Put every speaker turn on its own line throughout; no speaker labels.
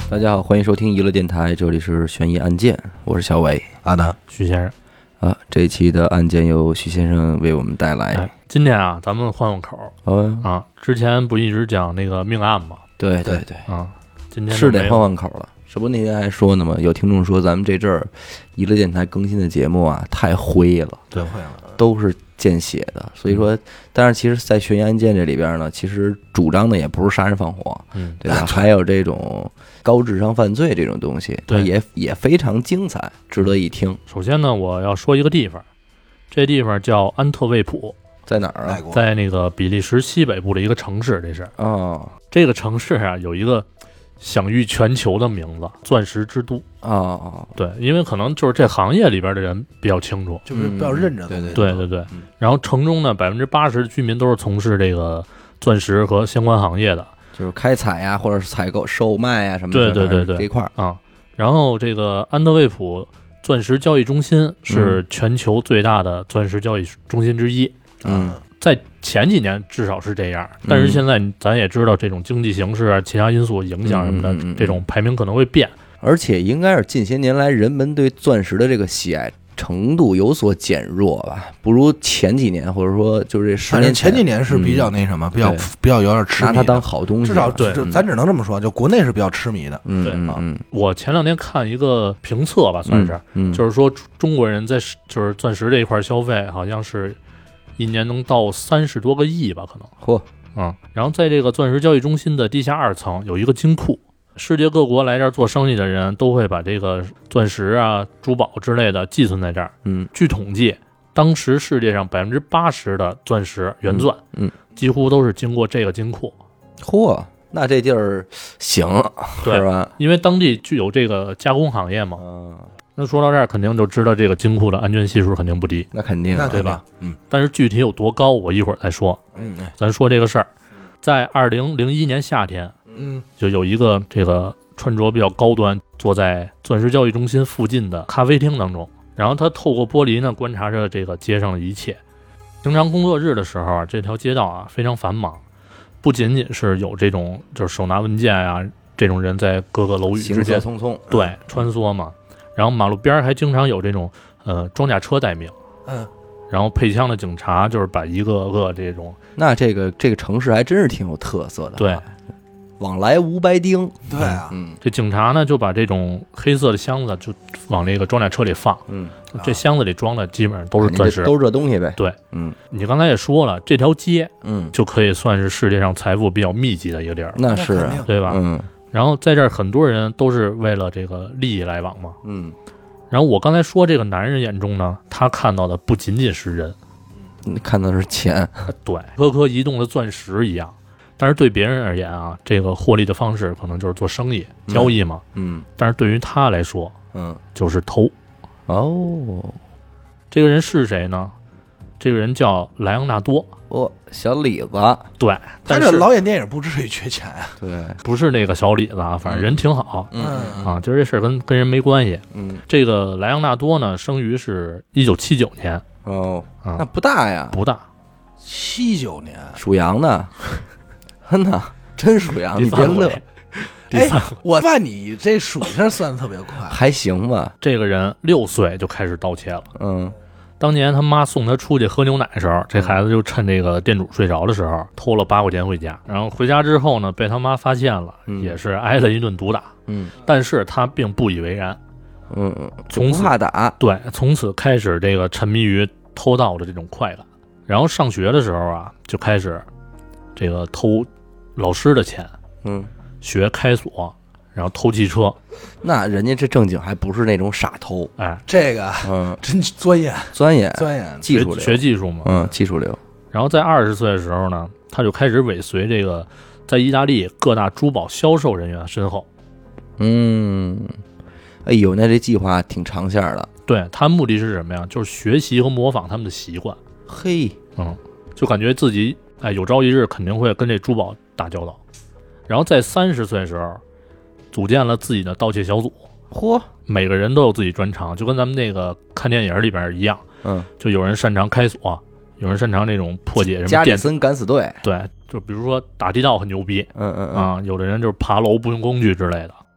大家好，欢迎收听娱乐电台，这里是悬疑案件，我是小伟，
阿南，
徐先生
啊。这一期的案件由徐先生为我们带来。
今天啊，咱们换口啊，之前不一直讲那个命案吗？
对
啊，今天
是得换口了。这不那天还说呢吗？有听众说咱们这阵儿娱乐电台更新的节目啊太灰了，
对，灰了，
都是见血的。所以说，但是其实，在悬疑案件这里边呢，其实主张的也不是杀人放火，对吧？还有这种高智商犯罪这种东西，它也非常精彩，值得一听。
首先呢，我要说一个地方，这地方叫安特卫普，
在哪儿啊？
在那个比利时西北部的一个城市，这是这个城市啊，有一个享誉全球的名字——钻石之都对，因为可能就是这行业里边的人比较清楚，
就是比较认真。
对。然后城中呢，80%的居民都是从事这个钻石和相关行业的，
就是开采呀，或者是采购、售卖呀什么的。
对
这一块
啊。然后这个安特卫普钻石交易中心是全球最大的钻石交易中心之一。在前几年至少是这样，但是现在咱也知道这种经济形势啊、其他因素影响什么的，这种排名可能会变。
而且应该是近些年来人们对钻石的这个喜爱程度有所减弱吧，不如前几年，或者说就是这10年
前几年是比较那什么，比较有点痴迷，
拿它当好东西。
至少咱只能这么说，就国内是比较痴迷的。
我前两天看一个评测吧，算是，就是说中国人在就是钻石这一块消费，好像是一年能到30多个亿吧，可能。然后在这个钻石交易中心的地下2层有一个金库，世界各国来这儿做生意的人都会把这个钻石啊、珠宝之类的寄存在这儿。据统计，当时世界上80%的钻石原钻，几乎都是经过这个金库。
那这地儿行，是吧？
因为当地具有这个加工行业嘛。那说到这儿，肯定就知道这个金库的安全系数肯定不低。
那肯定，
对吧？但是具体有多高，我一会儿再说。咱说这个事儿，在2001年夏天，就有一个这个穿着比较高端，坐在钻石交易中心附近的咖啡厅当中，然后他透过玻璃呢观察着这个街上的一切。平常工作日的时候啊，这条街道啊非常繁忙，不仅仅是有这种就是手拿文件啊这种人在各个楼宇之间
行色匆匆，
对，穿梭嘛。然后马路边还经常有这种装甲车待命，然后配枪的警察就是把一个个这种，
那这个城市还真是挺有特色的，
对，
往来无白丁，
对啊，
这警察呢就把这种黑色的箱子就往这个装甲车里放，这箱子里装的基本上都是钻石，
都是这东西呗，
对，你刚才也说了，这条街，就可以算是世界上财富比较密集的一个地儿，
那是啊，
对吧？然后在这儿很多人都是为了这个利益来往嘛，然后我刚才说这个男人眼中呢，他看到的不仅仅是人，
看到的是钱，
对，颗颗移动的钻石一样。但是对别人而言啊，这个获利的方式可能就是做生意、交易嘛，但是对于他来说，就是偷。这个人是谁呢？这个人叫莱昂纳多。小李子，对，
他这老演电影不至于缺钱啊。
对，
不是那个小李子啊，反正人挺好。就是这事儿跟人没关系。这个莱昂纳多呢，生于是1979年。
那不大呀，
不大。
79年，
属羊的，真属羊，你别乐。
我看你这数上算的特别快，
还行吧。
这个人6岁就开始盗窃了。当年他妈送他出去喝牛奶的时候，这孩子就趁这个店主睡着的时候偷了8块钱回家，然后回家之后呢，被他妈发现了，也是挨了一顿毒打。但是他并不以为然。从此
怕打，
对，从此开始这个沉迷于偷盗的这种快感。然后上学的时候啊，就开始这个偷老师的钱，学开锁，然后偷汽车。
那人家这正经还不是那种傻偷，
这个真钻研，
技术流，
学技术嘛，
技术流。
然后在20岁的时候呢，他就开始尾随这个在意大利各大珠宝销售人员身后。
哎呦，那这计划挺长线的。
对，他目的是什么呀？就是学习和模仿他们的习惯。就感觉自己有朝一日肯定会跟这珠宝打交道。然后在30岁的时候，组建了自己的盗窃小组。每个人都有自己专长，就跟咱们那个看电影里边一样。就有人擅长开锁，有人擅长那种破解什么
加里森敢死队，
对，就比如说打地道很牛逼，有的人就是爬楼不用工具之类的。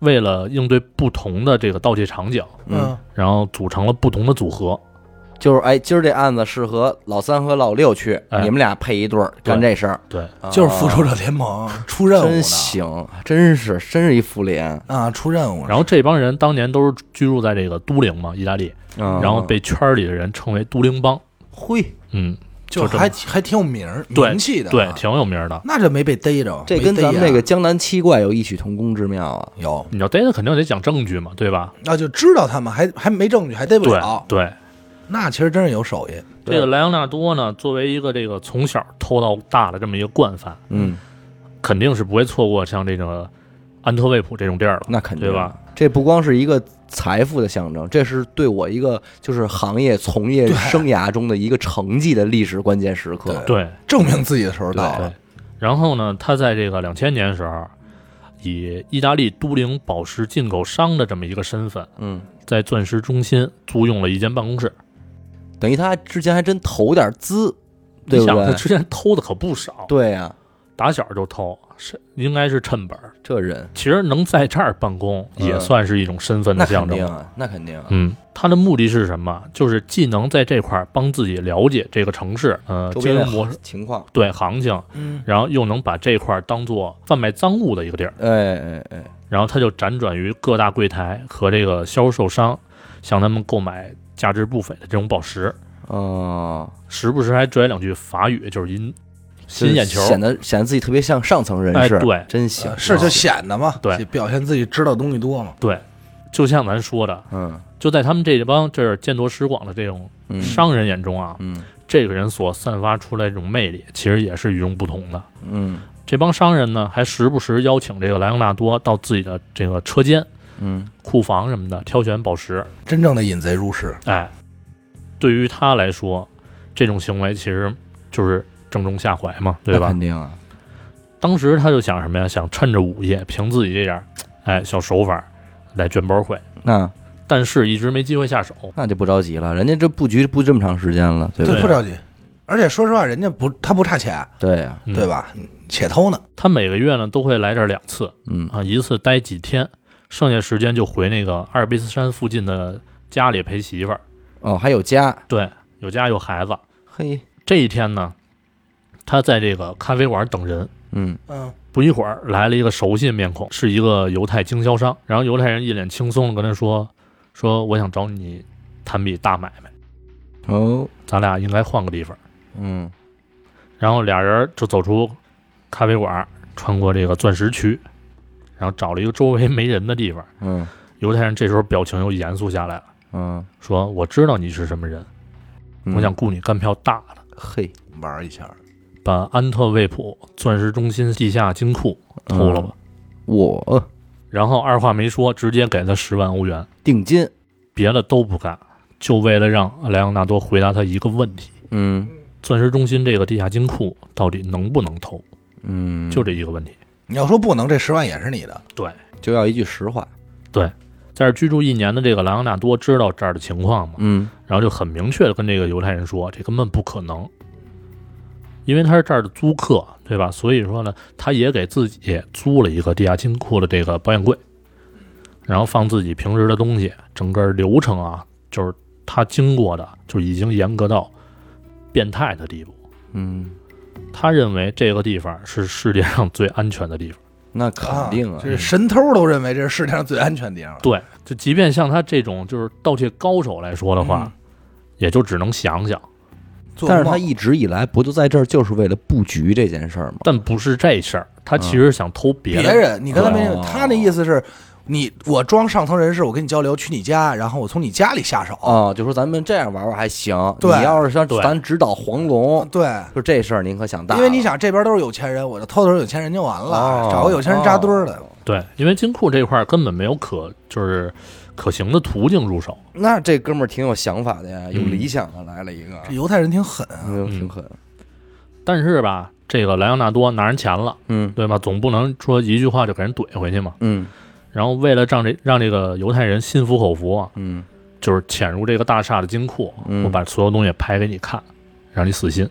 为了应对不同的这个盗窃场景，然后组成了不同的组合。
就是今儿这案子适合老3和老6去，你们俩配一对干这事儿。
对，
就是复仇者联盟出任务的，
真行，真是一复联
啊，出任务。
然后这帮人当年都是居住在这个都灵嘛，意大利，然后被圈里的人称为都灵帮。
会，
就
还挺有名气的，
对，挺有名的。
那这没被逮着，
这跟咱们那个江南七怪有异曲同工之妙啊。
有，
你要逮他肯定得讲证据嘛，对吧？
那就知道他们还没证据，还逮不了。
对。
那其实真是有手艺。
这个莱昂纳多呢，作为一个这个从小偷到大的这么一个惯犯，肯定是不会错过像这个安特卫普这种地儿了。
那肯定，
对吧？
这不光是一个财富的象征，这是对我一个就是行业从业生涯中的一个成绩的历史关键时刻。
对，
证明自己的时候到了。
然后呢，他在这个2000年的时候，以意大利都灵宝石进口商的这么一个身份，在钻石中心租用了一间办公室。
等于他之前还真投点资，对不对？
他之前偷的可不少。
对呀，
打小就偷，应该是趁本。
这人
其实能在这儿办公，也算是一种身份的象征。
那肯定。
他的目的是什么？就是既能在这块帮自己了解这个城市，经营模式
情况，
对行情，然后又能把这块当做贩卖赃物的一个地儿。然后他就辗转于各大柜台和这个销售商，向他们购买价值不菲的这种宝石。时不时还拽两句法语，就是吸引眼球，
显得自己特别像上层人士。
对，
真行，
是就显得嘛，
对，
表现自己知道东西多嘛。
对，就像咱说的，就在他们这帮见多识广的这种商人眼中啊，这个人所散发出来这种魅力，其实也是与众不同的。这帮商人呢，还时不时邀请这个莱昂纳多到自己的这个车间、库房什么的挑选宝石，
真正的引贼入室。
对于他来说，这种行为其实就是正中下怀嘛，对吧？
肯定啊。
当时他就想什么呀？想趁着午夜，凭自己这点小手法来卷包会。但是一直没机会下手，
那就不着急了。人家这布局布这么长时间了，对吧？
不着急。而且说实话，人家他不差钱，
对呀，
对吧？且偷呢。
他每个月呢都会来这儿2次，一次待几天，剩下时间就回那个阿尔卑斯山附近的家里陪媳妇儿。
还有家，
对，有家有孩子。
嘿，
这一天呢，他在这个咖啡馆等人。不一会儿来了一个熟悉的面孔，是一个犹太经销商。然后犹太人一脸轻松地跟他说我想找你谈笔大买卖。咱俩应该换个地方。然后俩人就走出咖啡馆，穿过这个钻石区，然后找了一个周围没人的地方。犹太人这时候表情又严肃下来了。说我知道你是什么人，我想雇你干票大的。
嘿，
玩一下，
把安特卫普钻石中心地下金库偷了吧。然后二话没说，直接给他10万欧元
定金，
别的都不干，就为了让莱昂纳多回答他一个问题。钻石中心这个地下金库到底能不能偷？就这一个问题。
你要说不能，这10万也是你的。
对，
就要一句实话。
对，在这居住1年的这个莱昂纳多知道这儿的情况嘛，然后就很明确的跟这个犹太人说，这根本不可能，因为他是这儿的租客，对吧？所以说呢，他也给自己租了一个地下金库的这个保险柜，然后放自己平时的东西，整个流程啊，就是他经过的就已经严格到变态的地步。他认为这个地方是世界上最安全的地方。
那肯定啊，
这神偷都认为这是世界上最安全的地方。
对，就即便像他这种就是盗窃高手来说的话，也就只能想想。
但是他一直以来不就在这儿就是为了布局这件事儿吗？
但不是这事儿，他其实想偷别
人。你跟他没，他那意思是我装上层人士，我跟你交流，去你家，然后我从你家里下手
就说咱们这样玩玩还行。
对，
你要是想咱指导黄龙，
对，
就这事儿您可想大了。
因为你想这边都是有钱人，我就偷有钱人就完了，找个有钱人扎堆儿的。
对，因为金库这块根本没有可行的途径入手。
那这哥们儿挺有想法的呀，有理想的，来了一个。
这犹太人挺狠啊，
挺狠。
但是吧，这个莱昂纳多拿人钱了，对吧？总不能说一句话就给人怼回去嘛。然后为了让这个犹太人心服口服啊，就是潜入这个大厦的金库，我把所有东西拍给你看，让你死心。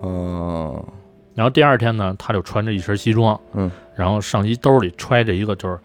然后第二天呢，他就穿着一身西装，然后上衣兜里揣着一个就是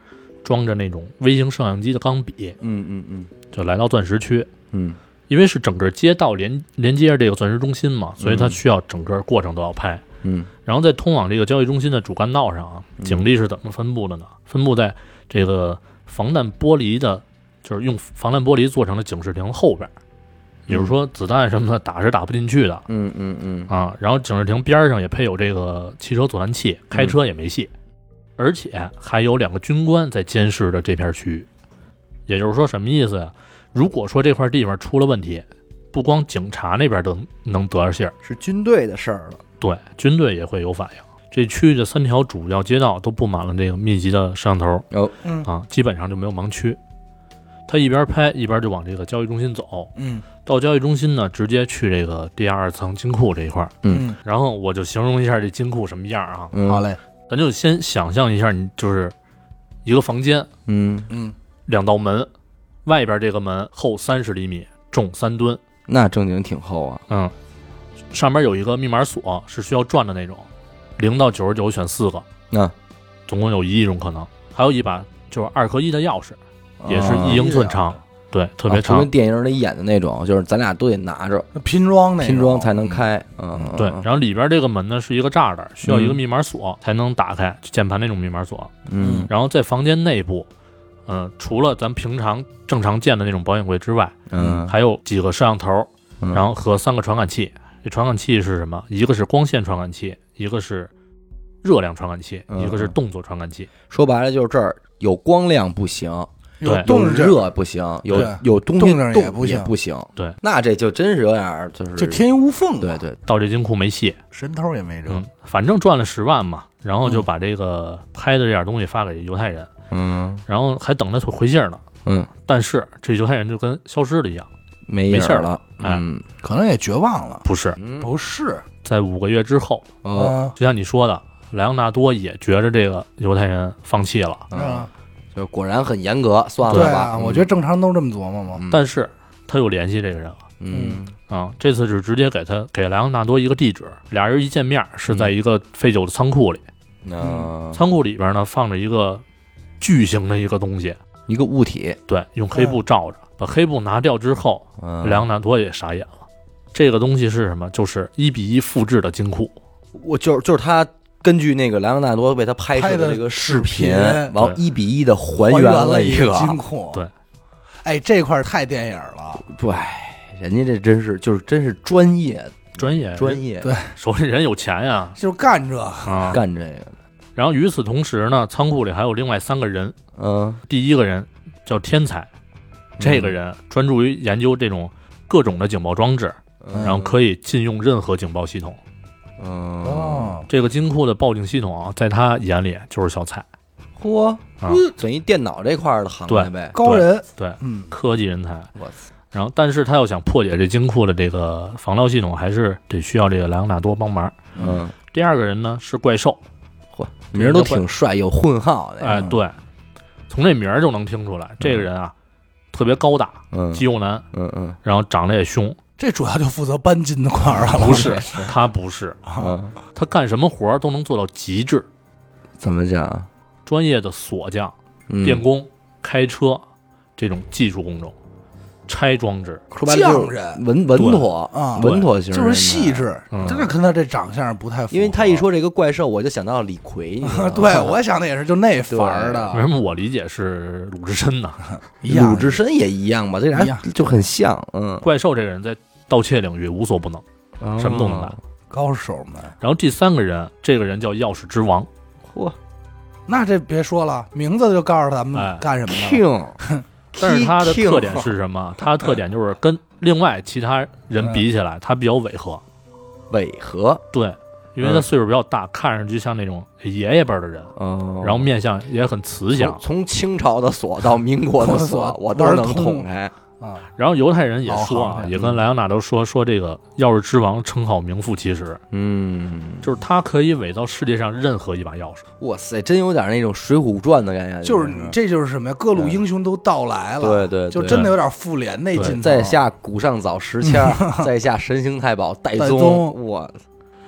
装着那种微型摄像机的钢笔，就来到钻石区，因为是整个街道连接着这个钻石中心嘛，所以它需要整个过程都要拍，然后在通往这个交易中心的主干道上啊，警力是怎么分布的呢？分布在这个防弹玻璃的，就是用防弹玻璃做成的警示亭后边。比如说子弹什么的打是打不进去的，然后警示亭边上也配有这个汽车阻断器，开车也没戏，而且还有2个军官在监视着这片区域。也就是说什么意思呀？如果说这块地方出了问题，不光警察那边都能得着信儿，
是军队的事儿了。
对，军队也会有反应。这区域的3条主要街道都布满了这个密集的摄像头，基本上就没有盲区。他一边拍一边就往这个交易中心走，到交易中心呢，直接去这个地下2层金库这一块，然后我就形容一下这金库什么样啊。
好嘞，
咱就先想象一下，你就是一个房间，2道门，外边这个门厚30厘米，重3吨，
那正经挺厚啊。
上面有一个密码锁，是需要转的那种，0到99选4个，总共有1亿种可能，还有一把就是2合1的钥匙。也是1英寸长，对，特别长，
就跟电影里演的那种，就是咱俩都得拿着
拼装
才能开，
对。然后里边这个门呢是一个栅栏，需要一个密码锁才能打开，键盘那种密码锁。然后在房间内部，除了咱平常正常见的那种保险柜之外，还有几个摄像头，然后和3个传感器。这传感器是什么？一个是光线传感器，一个是热量传感器，一个是动作传感器。
说白了就是这儿有光亮不行。
有
热不行，有东西动也不行，
对，
那这就真是有点就
天衣无缝。
对，
到这金库没戏，
神偷也没辙。
反正赚了10万嘛，然后就把这个拍的这点东西发给犹太人，然后还等他回信呢，但是这犹太人就跟消失了一样，没信了，
可能也绝望了。
不是，在5个月之后，就像你说的，莱昂纳多也觉着这个犹太人放弃了，
就果然很严格，算了吧。
我觉得正常都这么琢磨嘛。
但是他又联系这个人了，这次是直接给莱昂纳多一个地址，俩人一见面是在一个废旧的仓库里，仓库里边呢放着一个巨型的一个东西，
一个物体，
对，用黑布罩着，把黑布拿掉之后，莱昂纳多也傻眼了。这个东西是什么？就是1:1复制的金库。
我就是他。根据那个莱昂纳多为他拍摄的这个视频，然后1:1的还原了一个
金库。
对，
哎，这块太电影了。
对，人家这真是专业，
对，手里人有钱呀，
就是干这
干这个。
然后与此同时呢，仓库里还有另外3个人。第一个人叫天才，这个人专注于研究这种各种的警报装置，然后可以禁用任何警报系统。这个金库的报警系统啊，在他眼里就是小菜。
等于电脑这块的行业呗，
高人，
对，科技人才。然后，但是他要想破解这金库的这个防盗系统，还是得需要这个莱昂纳多帮忙。第二个人呢是怪兽，
名儿都挺帅，有混号的。
哎，对，从这名儿就能听出来，这个人啊特别高大，肌肉男，然后长得也凶。
这主要就负责搬金的块儿了。
不是，他不是，他干什么活都能做到极致。
怎么讲？
专业的锁匠、电工、开车这种技术工种，拆装置，
匠人
稳妥啊，稳妥型，
就是细致。真的跟他这长相不太符合。
因为他一说这个怪兽，我就想到李逵。
对，我想的也是，就那范儿的。
为什么我理解是鲁智深呢？
鲁智深也一样吧，这俩就很像。
怪兽这个人在盗窃领域无所不能，什么都能干，
高手们。
然后第3个人，这个人叫钥匙之王。
那这别说了，名字就告诉咱们干什么
了。
但是他的特点是什么？他的特点就是跟另外其他人比起来，他比较违和。对，因为他岁数比较大，看上去像那种爷爷辈的人，然后面相也很慈祥。
从清朝的锁到民国的锁，我都能捅开。
然后犹太人也说也跟莱昂纳多说这个钥匙之王称号名副其实。就是他可以伪造世界上任何一把钥匙。
哇塞，真有点那种水浒传的感觉。
这就是什么呀？各路英雄都到来了。
对，
就真的有点复联那劲头。
在下古上早时迁，在下神行太保戴宗。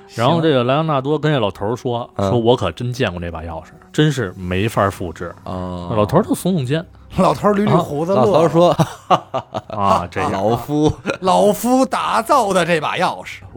然后这个莱昂纳多跟这老头说我可真见过这把钥匙，真是没法复制。老头就耸耸肩，
老头捋捋胡子，
老头说
啊，这
老夫打造的这把钥匙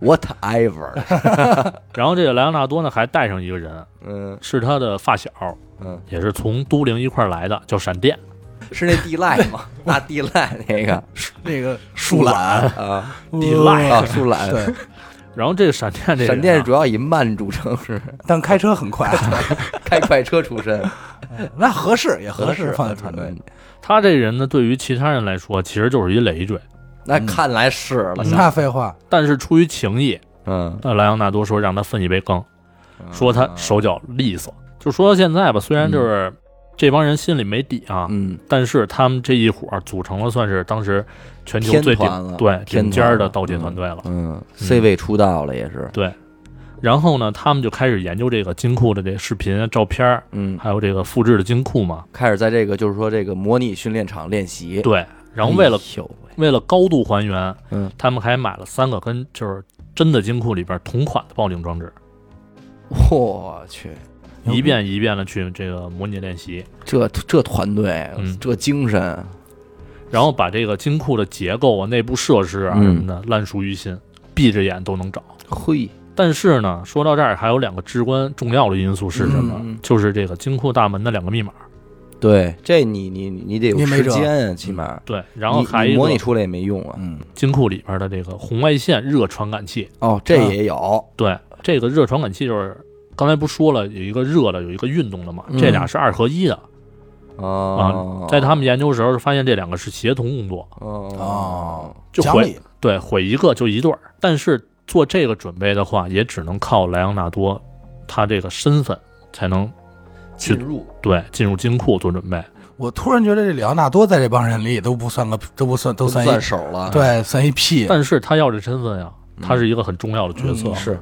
，whatever。
然后这个莱昂纳多呢还带上一个人，是他的发小，也是从都灵一块来的，叫闪电。
是那地赖吗？那地赖
那个树懒
啊，
地赖
啊，树懒。
对。
然后这个闪电，
闪电主要以慢著称，是，
但开车很快，
开快车出身，
那合适也合适放在团队里。
他这人呢，对于其他人来说，其实就是一累赘。
那看来是了，
那废话。
但是出于情义，莱昂纳多说让他分一杯羹，说他手脚利索。就说到现在吧，虽然就是这帮人心里没底啊，但是他们这一伙组成了算是当时全球最顶尖的盗窃团队了。
C 位出道了也是。
对，然后呢，他们就开始研究这个金库的这视频、照片，还有这个复制的金库嘛，
开始在这个就是说这个模拟训练场练习。
对，然后为了高度还原，他们还买了3个跟就是真的金库里边同款的报警装置。
我去。
一遍一遍的去这个模拟练习，
这团队，这精神，
然后把这个金库的结构啊、内部设施啊什么的烂熟于心，闭着眼都能找。
嘿，
但是呢，说到这儿还有2个至关重要的因素是什么？就是这个金库大门的2个密码。
对，这你得有时间啊，起码。
对，然后还一个
模拟出来也没用啊。
金库里边的这个红外线热传感器。
哦，这也有。
对，这个热传感器就是刚才不说了，有一个热的，有一个运动的嘛，这俩是2合1的。在他们研究的时候发现这2个是协同工作。就毁一个就一对儿。但是做这个准备的话，也只能靠莱昂纳多他这个身份才能进入金库做准备。
我突然觉得这里奥纳多在这帮人里都算
手了，
对，算一屁。
但是他要这身份呀，他是一个很重要的角色。
是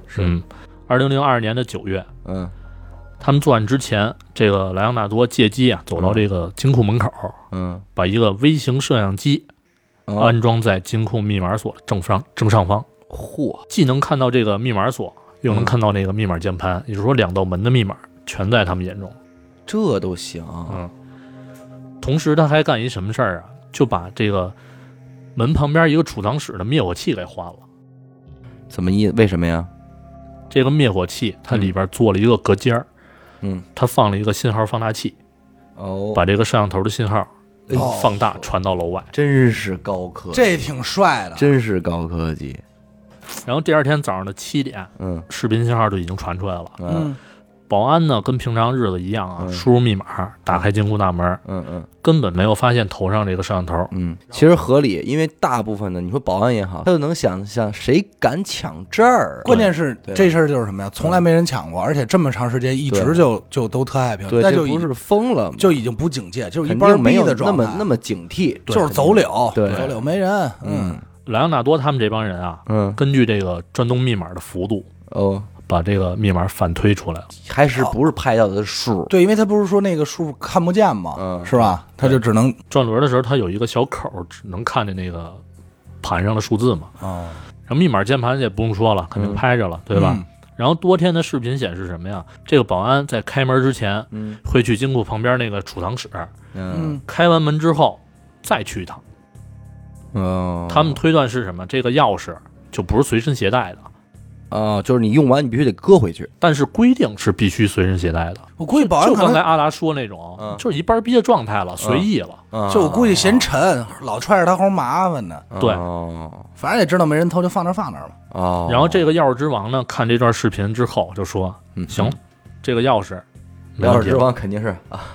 2002年的9月，他们作案之前，这个莱昂纳多借机啊走到这个金库门口，把一个微型摄像机安装在金库密码锁正上方，既能看到这个密码锁，又能看到那个密码键盘，也就是说2道门的密码全在他们眼中。
这都行。
同时他还干一什么事儿啊？就把这个门旁边一个储藏室的灭火器给换了。
怎么为什么呀？
这个灭火器它里边做了一个隔间，它放了一个信号放大器，把这个摄像头的信号放大传到楼外。
真是高科技，
这挺帅的，
真是高科技。
然后第2天早上的7点，视频信号就已经传出来了。保安呢跟平常日子一样啊，输入密码，打开金库大门，根本没有发现头上这个摄像头。
其实合理，因为大部分的你说保安也好，他就能想象谁敢抢这儿。
关键是这事儿就是什么呀？从来没人抢过，而且这么长时间一直就都特爱平，
那就不是疯了，
就已经不警戒，就是一般
没有那么警惕，
就是走柳没人。
莱昂纳多他们这帮人啊，根据这个转动密码的幅度，把这个密码反推出来了，
还是不是拍到的数？
对，因为他不是说那个数看不见吗？是吧？他就只能
转轮的时候，他有一个小口，只能看见那个盘上的数字嘛。然后密码键盘也不用说了，肯定拍着了，对吧？然后多天的视频显示什么呀？这个保安在开门之前，会去金库旁边那个储藏室，开完门之后再去一趟。他们推断是什么？这个钥匙就不是随身携带的。
就是你用完你必须得搁回去，
但是规定是必须随身携带的。
我估计保安
就刚才阿达说那种，就是一班逼的状态了，随意了。
就我估计嫌沉，老踹着他齁麻烦的。
对，
反正也知道没人偷，就放那儿
嘛。然后这个钥匙之王呢，看这段视频之后就说：“行，这个钥匙
之王肯定是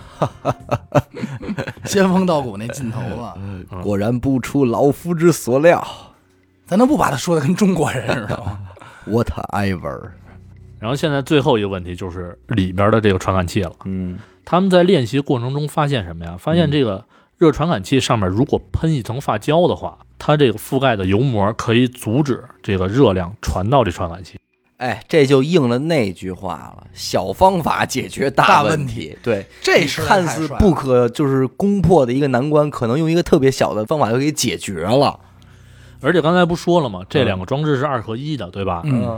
仙风道骨那劲头了。
果然不出老夫之所料。
咱能不把他说的跟中国人似的吗
？Whatever。
然后现在最后一个问题就是里边的这个传感器了。他们在练习过程中发现什么呀？发现这个热传感器上面如果喷一层发胶的话，它这个覆盖的油膜可以阻止这个热量传到这传感器。
这就应了那句话了，小方法解决大问题。对，
这是
看似不可就是攻破的一个难关，可能用一个特别小的方法就给解决了。
而且刚才不说了吗？这2个装置是2合1的，对吧？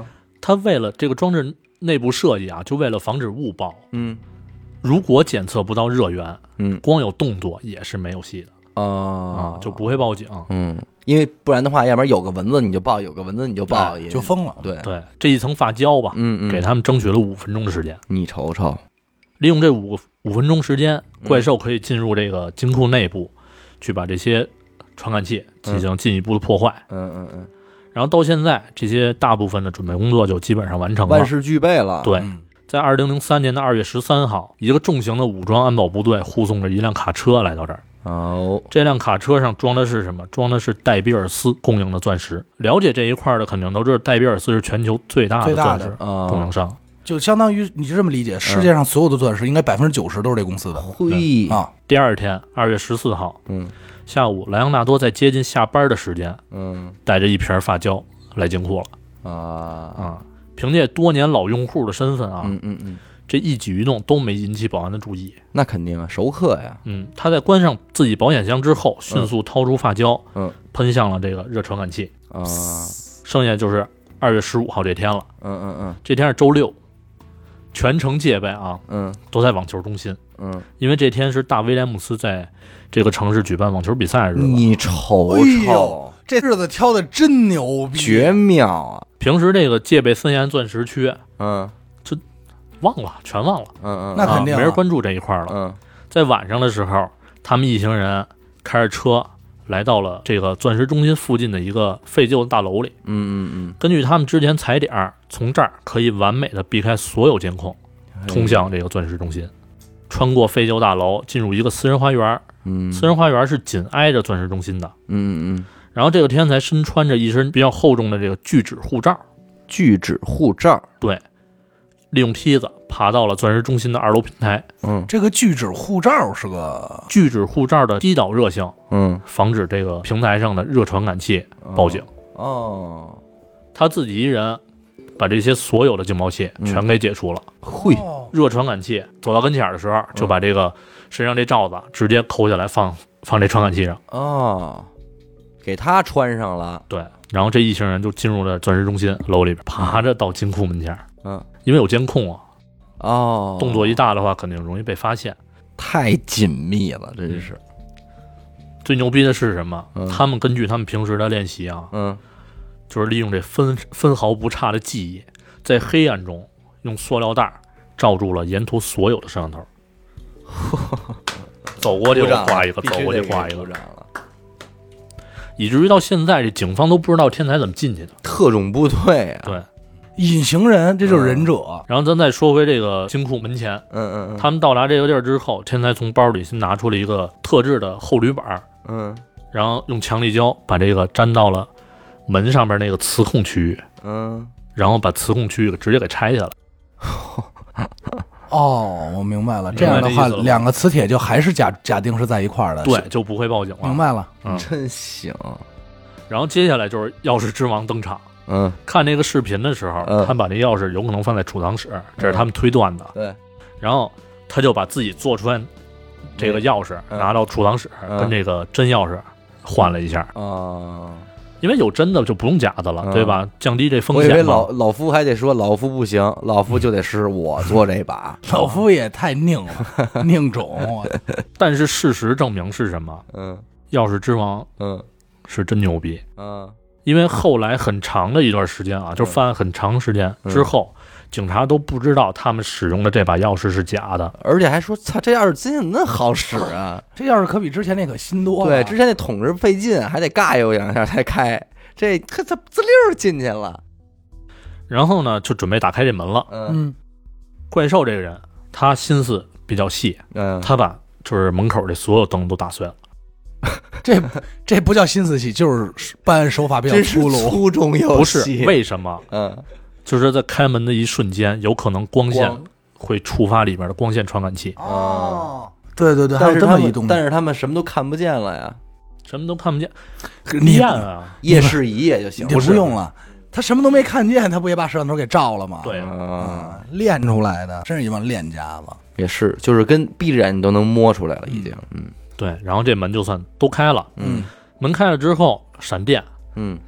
它为了这个装置内部设计啊，就为了防止误报。如果检测不到热源，光有动作也是没有戏的就不会报警。
因为不然的话，要不然有个蚊子你就报，有个蚊子你就报，
就疯了。
对，这一层发胶吧，给他们争取了5分钟的时间。
你瞅瞅，利
用这5分钟时间，怪兽可以进入这个金库内部，去把这些传感器进行进一步的破坏。然后到现在，这些大部分的准备工作就基本上完成了，
万事俱备了。
对。在2003年的2月13号，一个重型的武装安保部队护送着一辆卡车来到这儿。这辆卡车上装的是什么？装的是戴比尔斯供应的钻石。了解这一块的肯定都知道，戴比尔斯是全球最大的钻石供应商，
就相当于你就这么理解，世界上所有的钻石应该90%都是这公司的。
第二天2月14号，下午莱昂纳多在接近下班的时间，带着一瓶发胶来金库了。凭借多年老用户的身份这一举一动都没引起保安的注意。
那肯定啊，熟客呀。
他在关上自己保险箱之后，迅速掏出发胶，喷向了这个热传感器。剩下就是2月15号这天了。这天是周六，全城戒备啊。都在网球中心。因为这天是大威廉姆斯在这个城市举办网球比赛日子。
你瞅瞅，
这日子挑的真牛逼，
绝妙啊！
平时这个戒备森严钻石区，就全忘了。
那肯定
没人关注这一块了。在晚上的时候，他们一行人开着车来到了这个钻石中心附近的一个废旧的大楼里。根据他们之前踩点，从这儿可以完美的避开所有监控，通向这个钻石中心。穿过废旧大楼，进入一个私人花园。私人花园是紧挨着钻石中心的。然后这个天才身穿着一身比较厚重的这个聚酯护罩。对，利用梯子爬到了钻石中心的2楼平台。
这个聚酯护罩是个
聚酯护罩的击倒热性，防止这个平台上的热传感器报警。他自己一人把这些所有的警报器全给解除了。热传感器走到跟前的时候，就把这个身上这罩子直接抠下来放这传感器上。
给他穿上了。
对，然后这一行人就进入了钻石中心楼里边，爬着到金库门前。因为有监控啊。动作一大的话，肯定容易被发现。
太紧密了，真是。
最牛逼的是什么？他们根据他们平时的练习啊，就是利用这分毫不差的记忆，在黑暗中用塑料袋罩住了沿途所有的摄像头。走过去画一个，走过去画一个。以至于到现在，这警方都不知道天才怎么进去的。
特种部队啊，
对，
隐形人，这就是忍者。
然后咱再说回这个金库门前，他们到达这个地儿之后，天才从包里先拿出了一个特制的厚铝板，然后用强力胶把这个粘到了门上边那个磁控区域，然后把磁控区域直接给拆下来。
我明白了。这样的话，两个磁铁就还是假定是在一块儿的，
对，就不会报警了。
明白了，
真行。
然后接下来就是钥匙之王登场。看这个视频的时候，他把这钥匙有可能放在储藏室，这是他们推断的。
对，
然后他就把自己做出来这个钥匙拿到储藏室，跟这个真钥匙换了一下。因为有真的就不用假的了，对吧？降低这风险。
我以为老夫还得说老夫不行，老夫就得是我做这把。
老夫也太拧了，拧种。
但是事实证明是什么？钥匙之王，是真牛逼。因为后来很长的一段时间啊，就犯案很长时间之后，警察都不知道他们使用的这把钥匙是假的，
而且还说操，这钥匙真的那好使啊！
这钥匙可比之前那可新多了。
对，之前那捅着费劲，还得尬悠两下才开，这他滋溜进去了。
然后呢，就准备打开这门了。怪兽这个人他心思比较细，他把就是门口这所有灯都打碎了。
这不叫心思细，就是办案手法比较粗鲁，
粗中有
细。不是为什么？就是在开门的一瞬间，有可能光线会触发里面的光线传感器。
对对对，
但是他们什么都看不见了呀，
什么都看不见。
练
啊，
夜视一夜就行，
不用了。他什么都没看见，他不也把摄像头给照了吗？
对
练出来的，真是一帮练家子。
也是，就是跟闭着眼你都能摸出来了，已经。
对，然后这门就算都开了。门开了之后，闪电，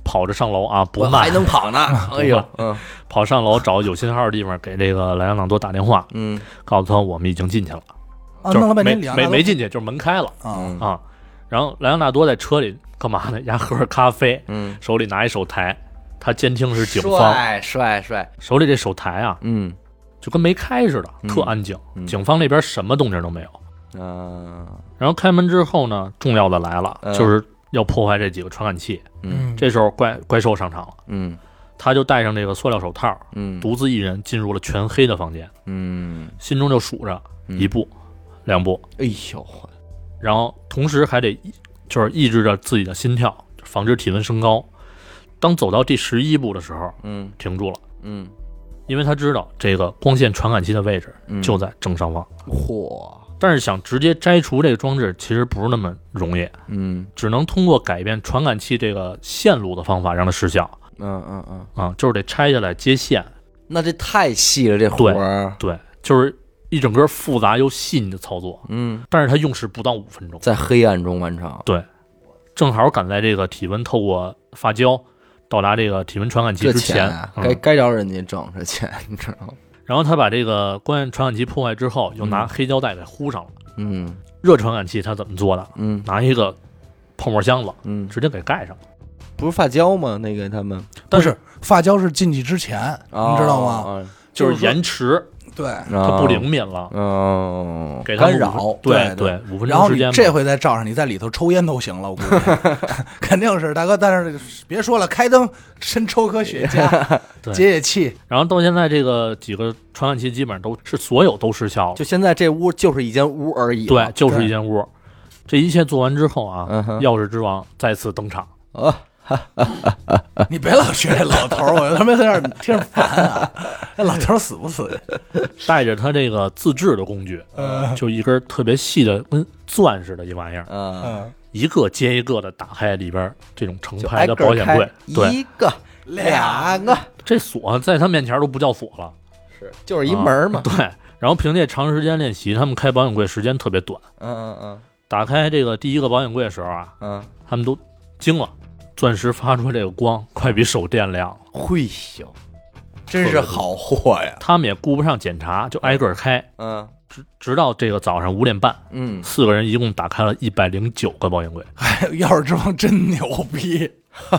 跑着上楼啊，不慢，
还能跑呢。哎呦，
跑上楼找有信号的地方，给这个莱昂纳多打电话，告诉他我们已经进去了。
弄了半天
没进去，就是门开了啊。然后莱昂纳多在车里干嘛呢？喝着咖啡，手里拿一手台，他监听是警方，
帅，
手里这手台啊，就跟没开似的，特安静。警方那边什么动静都没有。然后开门之后呢，重要的来了，就是要破坏这几个传感器。这时候怪兽上场了。他就戴上这个塑料手套，独自一人进入了全黑的房间。心中就数着1步、2步，
哎呦，
然后同时还得就是抑制着自己的心跳，防止体温升高。当走到第11步的时候，停住了。因为他知道这个光线传感器的位置就在正上方。但是想直接摘除这个装置其实不是那么容易，只能通过改变传感器这个线路的方法让它失效。就是得拆下来接线。
那这太细了，这活儿。
对，就是一整个复杂又细腻的操作。但是它用时不到5分钟，
在黑暗中完成。
对，正好赶在这个体温透过发胶到达这个体温传感器之前。
该着人家挣这钱，你知道吗？
然后他把这个光线传感器破坏之后，又拿黑胶带给糊上了。热传感器他怎么做的？拿一个泡沫箱子，直接给盖上了。
不是发胶吗？那个他们
不是发胶是进去之前，你知道吗？
就是延迟，
对，
它不灵敏了，
给干扰，
对，5分钟时间。
然后你这回再照上，你在里头抽烟都行了，我估计肯定是大哥。但是别说了，开灯先抽颗雪茄解气。
然后到现在这个几个传感器基本上所有都失效了。
就现在这屋就是一间屋而已。
对，就是一间屋。这一切做完之后啊，钥匙之王再次登场。
你别老学这老头，我他妈有点听着烦啊！那老头死不死？
带着他这个自制的工具，就一根特别细的跟钻似的一玩意儿，一个接一个的打开里边这种成排的保险柜，对，
一个、2个，
这锁在他面前都不叫锁了，
就是一门嘛。
对，然后凭借长时间练习，他们开保险柜时间特别短。打开这个第一个保险柜的时候啊，他们都惊了。钻石发出这个光，快比手电亮。
嘿呦，真是好货呀！
他们也顾不上检查，就挨个开。直到这个早上5点半，4个人一共打开了109个保险柜。
哎，钥匙之王真牛逼！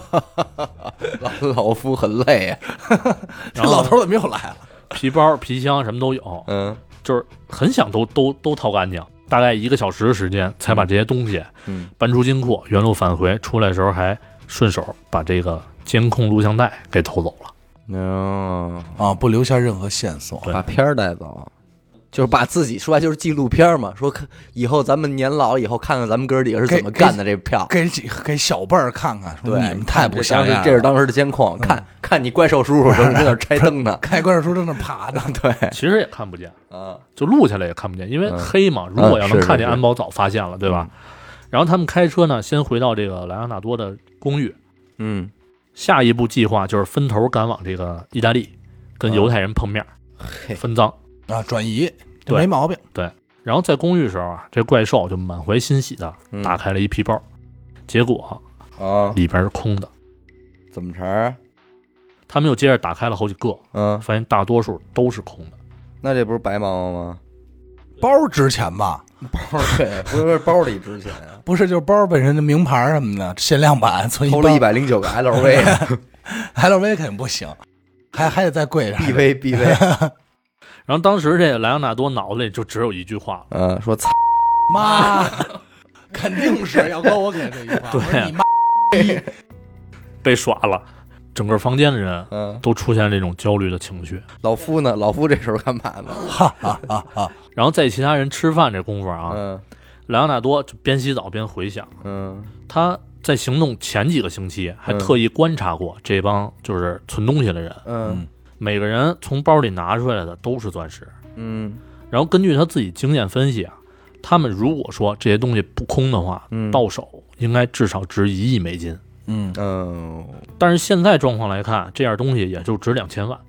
老夫很累啊。
这老头怎么又来了？
皮包、皮箱什么都有。就是很想都掏干净。大概1个小时的时间才把这些东西搬出金库，原路返回。出来的时候还顺手把这个监控录像带给偷走了。
不留下任何线索，
把片儿带走，就是把自己说白就是纪录片嘛。说以后咱们年老以后看看咱们哥几个是怎么干的这票，
给小辈儿看看。对，你们太不像样了。
这是当时的监控，看你怪兽叔叔正在那拆灯呢，
看怪兽叔正在那爬呢。
对，
其实也看不见就录下来也看不见，因为黑嘛。如果要能看见，安保早发现了，对吧？然后他们开车呢，先回到这个莱昂纳多的公寓。下一步计划就是分头赶往这个意大利，跟犹太人碰面，分赃
转移，没毛病。
对，然后在公寓的时候啊，这怪兽就满怀欣喜的打开了一皮包，结果里边是空的。
怎么着？
他们又接着打开了好几个，发现大多数都是空的。
那这不是白忙活吗？
包值钱吧？
包对，不是包里值钱啊？
不是，就是包本身的名牌什么的，限量版，
偷了109个
LV，LV 肯定不行，还得再贵上。
BV。
然后当时这个莱昂纳多脑子里就只有一句话，
说操
妈，肯定是要搁我给这句话，
对，
你妈
被耍了。整个房间的人都出现这种焦虑的情绪。
老夫呢？老夫这时候干嘛呢？
然后在其他人吃饭这功夫啊，莱昂纳多就边洗澡边回想，他在行动前几个星期还特意观察过这帮就是存东西的人，每个人从包里拿出来的都是钻石，然后根据他自己经验分析啊，他们如果说这些东西不空的话，到手应该至少值1亿美金。但是现在状况来看，这样东西也就值2000万。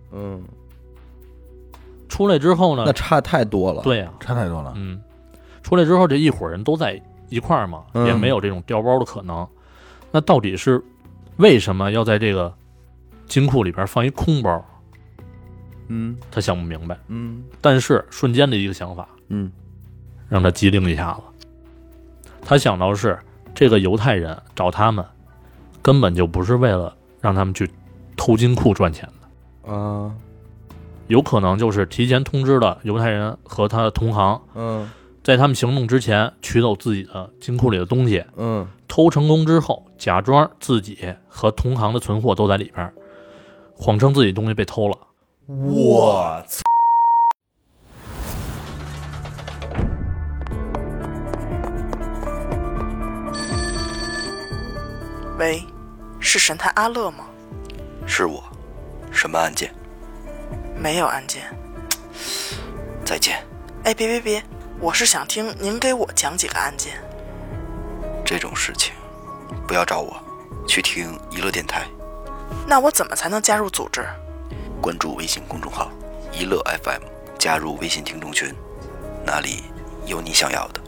出来之后呢？
那差太多了。
对呀，
差太多了。
出来之后，这一伙人都在一块儿嘛，也没有这种调包的可能。那到底是为什么要在这个金库里边放一空包？他想不明白。但是瞬间的一个想法，让他机灵一下子。他想到是这个犹太人找他们，根本就不是为了让他们去偷金库赚钱的。有可能就是提前通知了犹太人和他的同行，在他们行动之前取走自己的金库里的东西，偷成功之后，假装自己和同行的存货都在里边，谎称自己东西被偷了。
我操！
喂，是神探阿乐吗？
是我。什么案件？
没有案件。
再见。
哎，别，我是想听您给我讲几个案件。
这种事情不要找我，去听娱乐电台。
那我怎么才能加入组织？
关注微信公众号娱乐 FM， 加入微信听众群，那里有你想要的。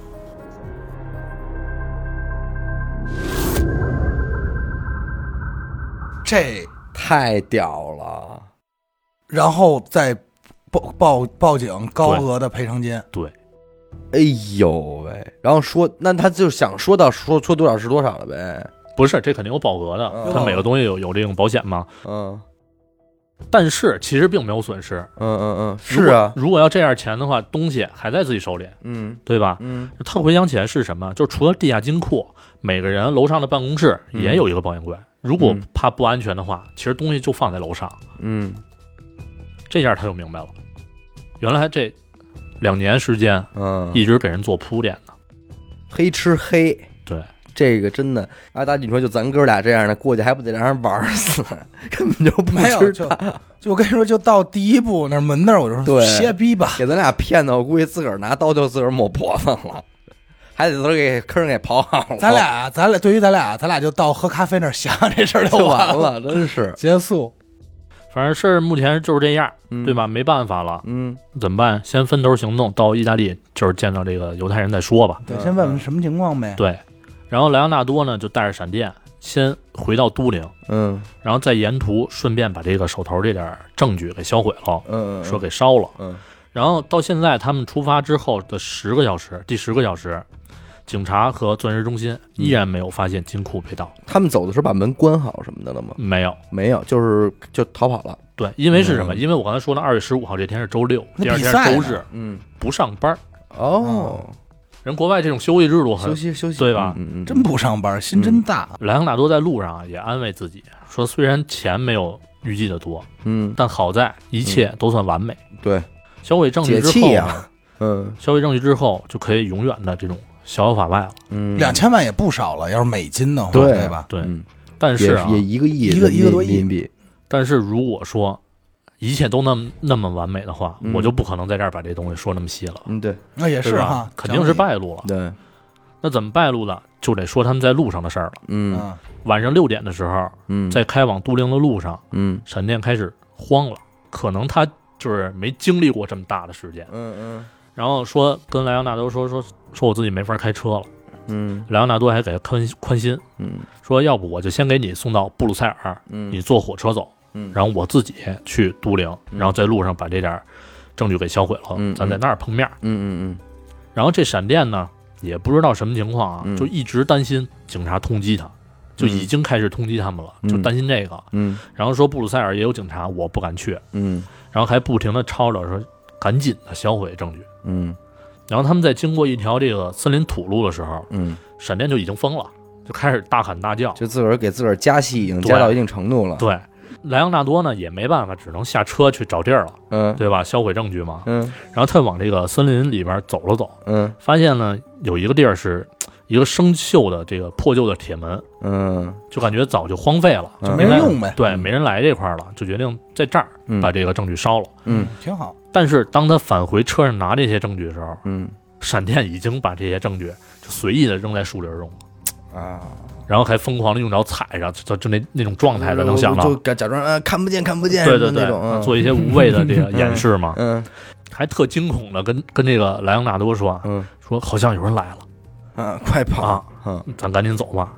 这
太屌了！
然后再报警，高额的赔偿金。
对，
哎呦喂！然后说，那他就想说到说多少是多少了呗？
不是，这肯定有保额的，他每个东西有这种保险嘛。但是其实并没有损失。
是啊。
如果要这样钱的话，东西还在自己手里，对吧？他回想起来是什么？就除了地下金库，每个人楼上的办公室也有一个保险柜。如果怕不安全的话，其实东西就放在楼上。这下他就明白了，原来这2年时间，一直给人做铺垫的，
黑吃黑。
对。
这个真的，阿达，你说就咱哥俩这样的过去，还不得让人玩死？根本就不知道。
就我跟你说，就到第一步那门那儿，我就说歇逼吧，
给咱俩骗的，我估计自个儿拿刀就自个儿抹脖子了，还得都给坑给刨好了。
咱俩对于咱俩就到喝咖啡那儿想这事儿
就完了，真是
结束。
反正事儿目前就是这样，对吧？没办法了，怎么办？先分头行动，到意大利就是见到这个犹太人再说吧。
对，先问问什么情况呗。
对。然后莱昂纳多呢就带着闪电先回到都灵，然后再沿途顺便把这个手头这点证据给销毁了，说给烧了，然后到现在他们出发之后的第10个小时，警察和钻石中心依然没有发现金库被盗。
他们走的时候把门关好什么的了吗？没有，就逃跑了。
对，因为是什么？因为我刚才说的2月15号这天是周6，第二天是周日，不上班。人国外这种休息制度
休息，
对吧？
真不上班，心真大。
莱昂纳多在路上也安慰自己说，虽然钱没有预计的多，但好在一切都算完美。
对，
销毁证据之后，
销
毁证据之后就可以永远的这种逍遥法外了。
2000万也不少了，要是美金的话，对吧？
对，但是
也1个亿，
一个多亿
人民币。
但是如果说一切都那么完美的话，我就不可能在这儿把这东西说那么细了。
对，
那也是哈，
肯定是败露了。
对，
那怎么败露了？就得说他们在路上的事儿了。晚上6点的时候，在开往都灵的路上，闪电开始慌了，可能他就是没经历过这么大的事件。然后说跟莱昂纳多说我自己没法开车了。莱昂纳多还给他宽心，说要不我就先给你送到布鲁塞尔，你坐火车走。然后我自己去都灵，然后在路上把这点证据给销毁了，咱在那儿碰面。然后这闪电呢也不知道什么情况啊，就一直担心警察通缉他，就已经开始通缉他们了，就担心这个。然后说布鲁塞尔也有警察，我不敢去。然后还不停的吵着说赶紧的销毁证据。然后他们在经过一条这个森林土路的时候，闪电就已经疯了，就开始大喊大叫，
就自个儿给自个儿加戏已经加到一定程度了。
对。莱昂纳多呢也没办法，只能下车去找地儿了，对吧？销毁证据嘛。然后他往这个森林里边走了走，发现呢有一个地儿是一个生锈的这个破旧的铁门，就感觉早就荒废了，
就没人用呗。
对，没人来这块了，就决定在这儿把这个证据烧了。
挺好。
但是当他返回车上拿这些证据的时候，闪电已经把这些证据就随意的扔在树林中了。然后还疯狂的用脚踩着，就那种状态的，能想到，
就假装看不见，
对
那种，
做一些无谓的这个掩饰嘛，还特惊恐的跟这个莱昂纳多说，说好像有人来了，
快跑
咱赶紧走吧。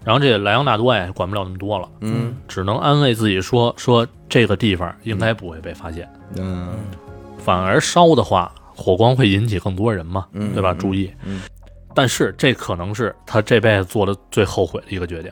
然后这莱昂纳多也管不了那么多了，只能安慰自己说这个地方应该不会被发现，反而烧的话，火光会引起更多人嘛，对吧？注意，但是这可能是他这辈子做的最后悔的一个决定。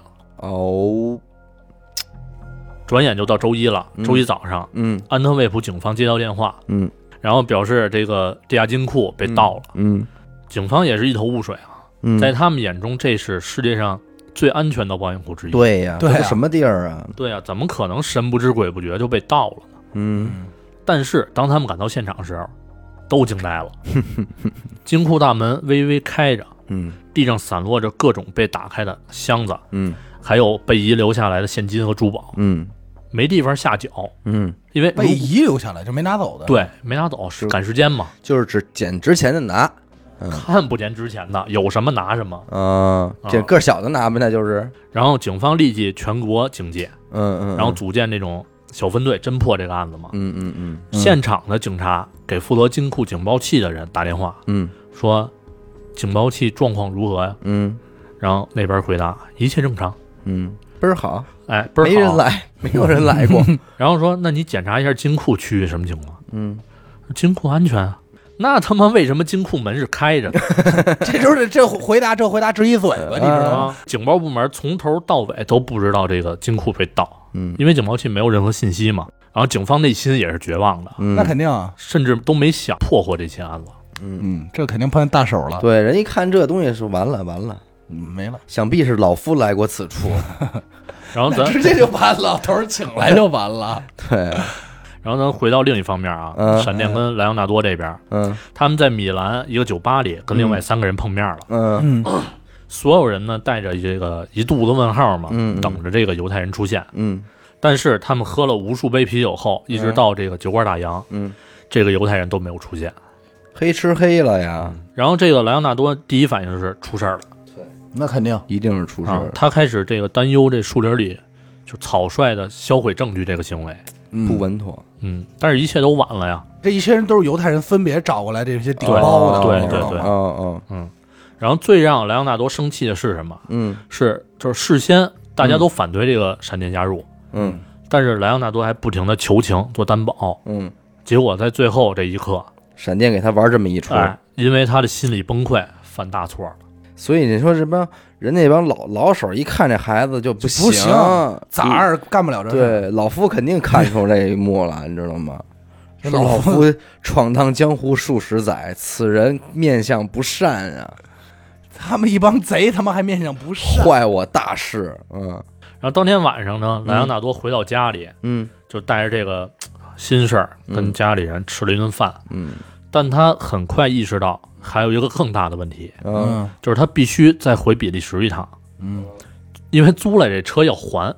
转眼就到周一了，周一早上，安特卫普警方接到电话，然后表示这个地下金库被盗了，警方也是一头雾水啊，在他们眼中这是世界上最安全的保险库之一。
对呀，这是什么地儿啊？
对呀，怎么可能神不知鬼不觉就被盗了呢？但是当他们赶到现场的时候，都惊呆了。金库大门微微开着，地上散落着各种被打开的箱子，还有被遗留下来的现金和珠宝，没地方下脚，因为
被遗留下来就没拿走的，
对，没拿走，是赶时间嘛，
就是只捡值钱的拿，
看不见值钱的，有什么拿什么，
捡个小的拿呗，那就是。
然后警方立即全国警戒，然后组建这种小分队侦破这个案子嘛，现场的警察给负责金库警报器的人打电话，说警报器状况如何呀？然后那边回答一切正常，
倍儿好，
哎，倍儿好，
没人来，没有人来过。
然后说，那你检查一下金库区域什么情况？金库安全啊。那他妈为什么金库门是开着的？
这回答质疑嘴巴，你知道吗？
警报部门从头到尾都不知道这个金库被盗，因为警报器没有任何信息嘛。然后警方内心也是绝望的，
那肯定啊，
甚至都没想破获这起案子。
这肯定碰见大手了。
对，人一看这东西是完了，
没了，
想必是老夫来过此处。
然后咱
直接就把老头请来就完了。
对，
然后咱回到另一方面啊，闪电跟莱昂纳多这边，他们在米兰一个酒吧里跟另外3个人碰面了，所有人呢带着这个一肚子问号嘛，等着这个犹太人出现，但是他们喝了无数杯啤酒后，一直到这个酒馆打烊，这个犹太人都没有出现，
黑吃黑了呀。
然后这个莱昂纳多第一反应是出事了。
那肯定
一定是出事了，
他开始这个担忧这树林里就草率的销毁证据这个行为
不稳妥，
但是一切都晚了呀。
这一些人都是犹太人分别找过来这些顶包的，
对，然后最让莱昂纳多生气的是什么？就是事先大家都反对这个闪电加入，但是莱昂纳多还不停的求情做担保，结果在最后这一刻，
闪电给他玩这么一出，
因为他的心理崩溃犯大错了。
所以你说这帮人那帮老手一看这孩子就不行，
咋儿干不了这事。
对，老夫肯定看出这一幕了，你知道吗？老夫闯荡江湖数十载，此人面相不善啊！
他们一帮贼，他妈还面相不善，
坏我大事。
然后当天晚上呢，莱昂纳多回到家里，就带着这个心事儿跟家里人吃了一顿饭，但他很快意识到。还有一个更大的问题，就是他必须再回比利时一趟，因为租来这车要还，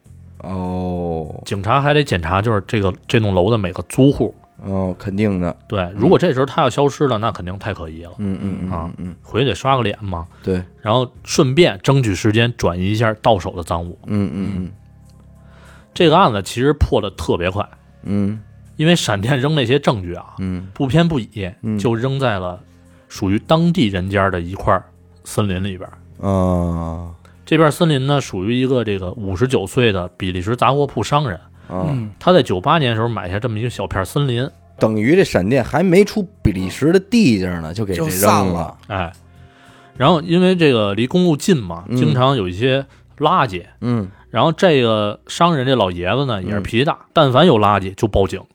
警察还得检查，就是这栋楼的每个租户，
肯定的，
对，如果这时候他要消失了，那肯定太可疑了，回去得刷个脸嘛，
对，
然后顺便争取时间转移一下到手的赃物，这个案子其实破得特别快，因为闪电扔那些证据啊，不偏不倚，就扔在了。属于当地人家的一块森林里边，这片森林呢，属于一个这个59岁的比利时杂货铺商人，他在98年的时候买下这么一个小片森林，
等于这闪电还没出比利时的地界呢，就给这扔了，
哎，然后因为这个离公路近嘛，经常有一些垃圾，然后这个商人这老爷子呢也是脾气大，但凡有垃圾就报警。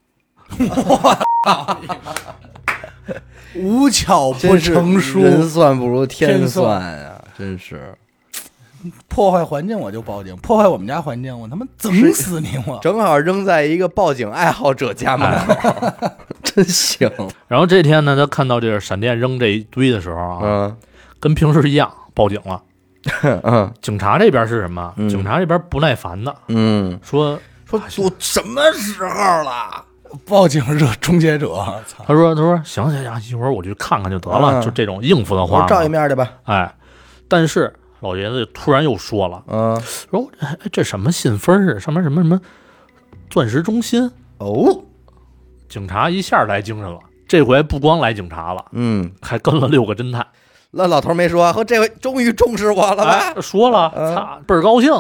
无巧不成书，
人算不如天算啊！真是
破坏环境我就报警，破坏我们家环境我他妈整死你！我
正好扔在一个报警爱好者家门口，真行。
然后这天呢，他看到这个闪电扔这一堆的时候啊，跟平时一样报警了。警察这边是什么？警察这边不耐烦的，说
都什么时候了？
报警惹终结者，
他说行，一会儿我去看看就得了，就这种应付的话，
我照一面去吧。
哎，但是老爷子突然又说了，说这什么信封是上面什么钻石中心警察一下来精神了，这回不光来警察了，还跟了6个侦探。
那老头没说，和这回终于重视我了吧？
说了，操，倍儿高兴。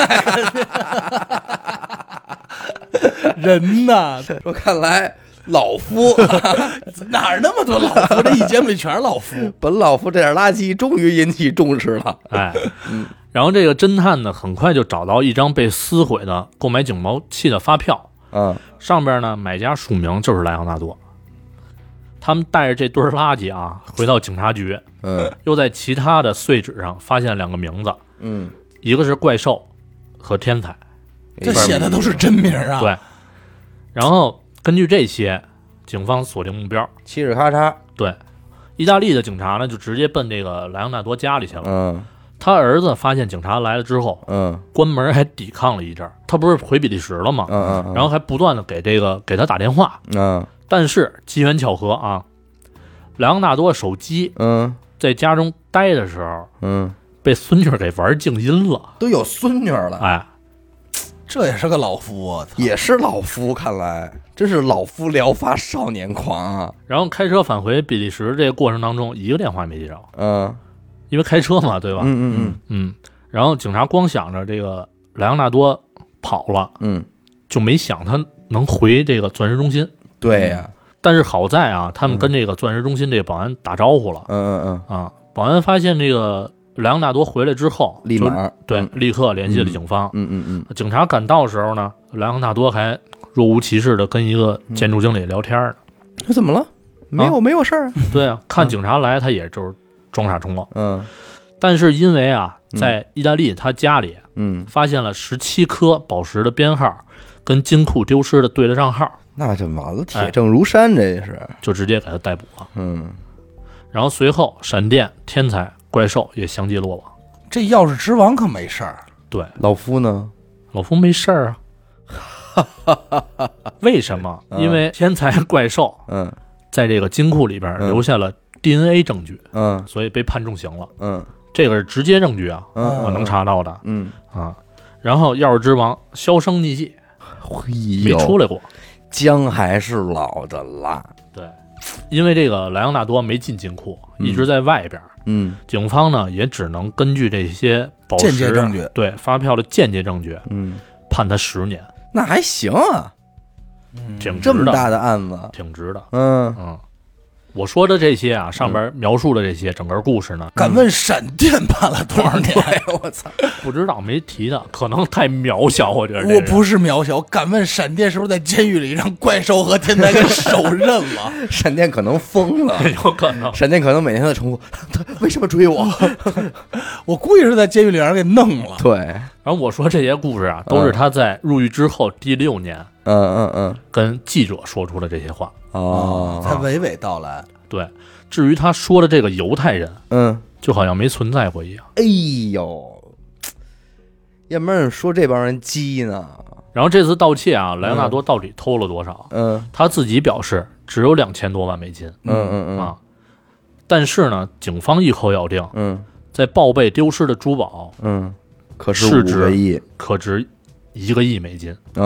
人呐，
说看来老夫
哪儿那么多老夫？这一节目里全是老夫。
本老夫这点垃圾终于引起重视了。
然后这个侦探呢，很快就找到一张被撕毁的购买警报器的发票。上边呢买家署名就是莱昂纳多。他们带着这堆垃圾啊，回到警察局。又在其他的碎纸上发现2个名字。一个是怪兽和天才。
这写的都是真名啊。
对。然后根据这些，警方锁定目标，
嘁哩咔嚓。
对，意大利的警察呢就直接奔这个莱昂纳多家里去了。他儿子发现警察来了之后，关门还抵抗了一阵。他不是回比利时了吗？然后还不断的给他打电话。但是机缘巧合啊，莱昂纳多手机在家中待的时候，被孙女给玩静音了。
都有孙女了，
哎，这也是个老夫啊，
也是老夫，看来真是老夫聊发少年狂啊。
然后开车返回比利时这个过程当中，一个电话也没接着。因为开车嘛，对吧？然后警察光想着这个莱昂纳多跑了，就没想他能回这个钻石中心。
对呀。
但是好在啊，他们跟这个钻石中心这个保安打招呼了。保安发现这个莱昂纳多回来之后，
立
刻联系了警方。警察赶到的时候呢，莱昂纳多还若无其事的跟一个建筑经理聊天呢。
这怎么了？没有事儿啊。
对啊，看警察来，他也就是装傻充愣。但是因为啊，在意大利他家里，发现了17颗宝石的编号，跟金库丢失的对得上号。
那就完了，铁证如山，这是
就直接给他逮捕了。然后随后闪电、天才、怪兽也相继落网。
这钥匙之王可没事儿。
对，
老夫呢？
老夫没事儿啊。为什么？因为天才、怪兽在这个金库里边留下了 DNA 证据，所以被判重刑了。这个是直接证据啊，我能查到的。然后钥匙之王销声匿迹，没出来过。
姜还是老的辣。
对，因为这个莱昂纳多没进金库，一直在外边。警方呢也只能根据这些宝石
间接证据，
对发票的间接证据，判他10年。
那还行啊，
挺值的，
这么大的案子，
挺值的。我说的这些啊，上边描述的这些整个故事呢，
敢问闪电判了多少年？
我操，
不知道，没提的，可能太渺小。我觉得
我不是渺小，敢问闪电是不是在监狱里让怪兽和天才给手刃了？
闪电可能疯了，
有可能。
闪电可能每天在重复，他为什么追我？
我估计是在监狱里让人给弄了。
对。
然后我说这些故事啊，都是他在入狱之后第6年，跟记者说出的这些话。
才娓娓道来。
对，至于他说的这个犹太人，就好像没存在过一样。
哎呦，要不然说这帮人鸡呢？
然后这次盗窃啊，莱昂纳多到底偷了多少？他自己表示只有2000多万美金。但是呢，警方一口咬定，在报备丢失的珠宝，
可是5个亿，
可值1个亿美金。
对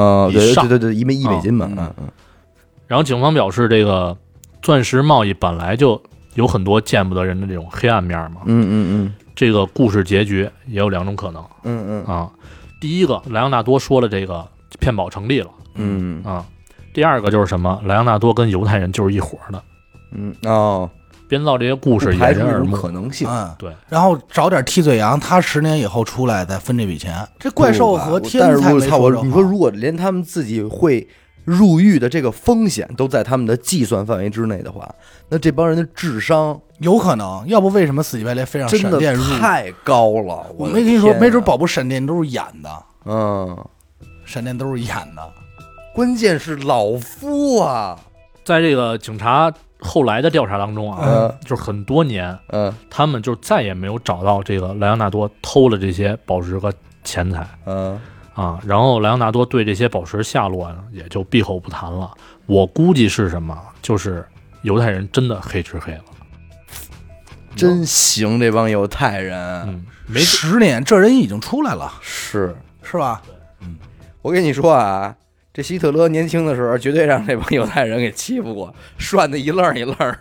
，1亿美金嘛。
然后警方表示，这个钻石贸易本来就有很多见不得人的这种黑暗面嘛。这个故事结局也有2种可能。第一个，莱昂纳多说了这个骗保成立了。第二个就是什么？莱昂纳多跟犹太人就是一伙的。编造这些故事也是耳目
可能性。
对，
然后找点替罪羊，他10年以后出来再分这笔钱。这怪兽和天才没说
你说如果连他们自己会入狱的这个风险都在他们的计算范围之内的话，那这帮人的智商
有可能，要不为什么死乞白赖非让闪电入？
太高了！
我没跟你说，没准保不闪电都是演的。闪电都是演的。
关键是老夫啊，
在这个警察后来的调查当中啊，就是很多年，他们就再也没有找到这个莱昂纳多偷了这些宝石和钱财。然后莱昂纳多对这些宝石下落也就闭口不谈了。我估计是什么？就是犹太人真的黑吃黑了，
真行！这帮犹太人，
没10年，这人已经出来了，
是
吧？
我跟你说啊，这希特勒年轻的时候绝对让这帮犹太人给欺负过，涮的一愣一愣的。